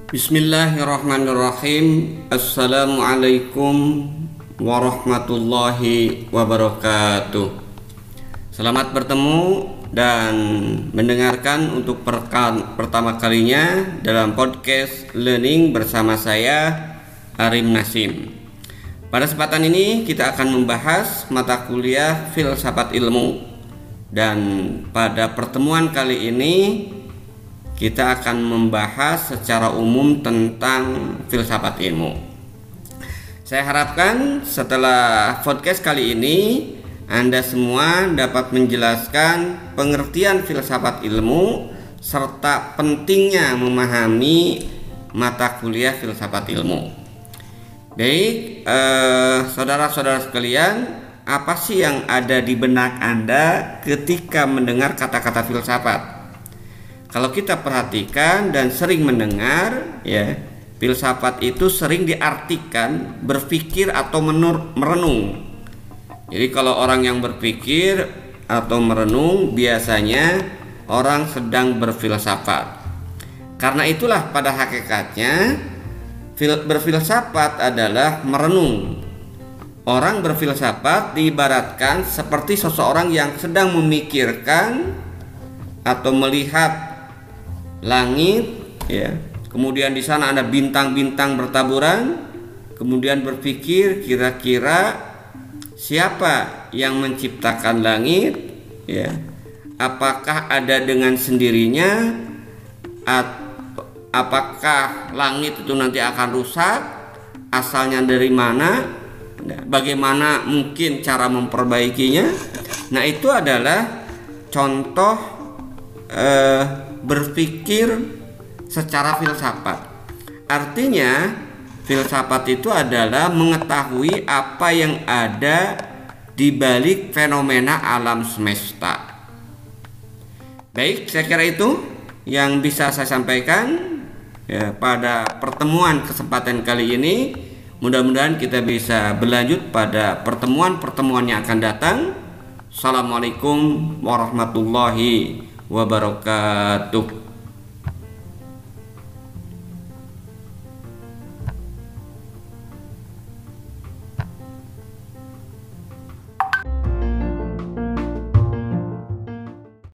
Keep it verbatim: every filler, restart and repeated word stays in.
Bismillahirrahmanirrahim. Assalamualaikum warahmatullahi wabarakatuh. Selamat bertemu dan mendengarkan untuk perkan pertama kalinya dalam podcast Learning bersama saya, Arim Nasim. Pada kesempatan ini kita akan membahas mata kuliah Filsafat Ilmu. Dan pada pertemuan kali ini kita akan membahas secara umum tentang filsafat ilmu. Saya harapkan setelah podcast kali ini Anda semua dapat menjelaskan pengertian filsafat ilmu serta pentingnya memahami mata kuliah filsafat ilmu. Baik, eh, saudara-saudara sekalian, apa sih yang ada di benak Anda ketika mendengar kata-kata filsafat? Kalau kita perhatikan dan sering mendengar, ya, filsafat itu sering diartikan berpikir atau menur, merenung. Jadi kalau orang yang berpikir atau merenung, biasanya orang sedang berfilsafat. Karena itulah pada hakikatnya fil, berfilsafat adalah merenung. Orang berfilsafat diibaratkan seperti seseorang yang sedang memikirkan atau melihat langit, ya. Kemudian di sana ada bintang-bintang bertaburan. Kemudian berpikir kira-kira siapa yang menciptakan langit, ya? Apakah ada dengan sendirinya? Apakah langit itu nanti akan rusak? Asalnya dari mana? Bagaimana mungkin cara memperbaikinya? Nah, itu adalah contoh eh, berpikir secara filsafat. Artinya filsafat itu adalah mengetahui apa yang ada di balik fenomena alam semesta. Baik, saya kira itu yang bisa saya sampaikan ya, pada pertemuan kesempatan kali ini. Mudah-mudahan kita bisa berlanjut pada pertemuan-pertemuan yang akan datang. Assalamualaikum warahmatullahi wabarakatuh.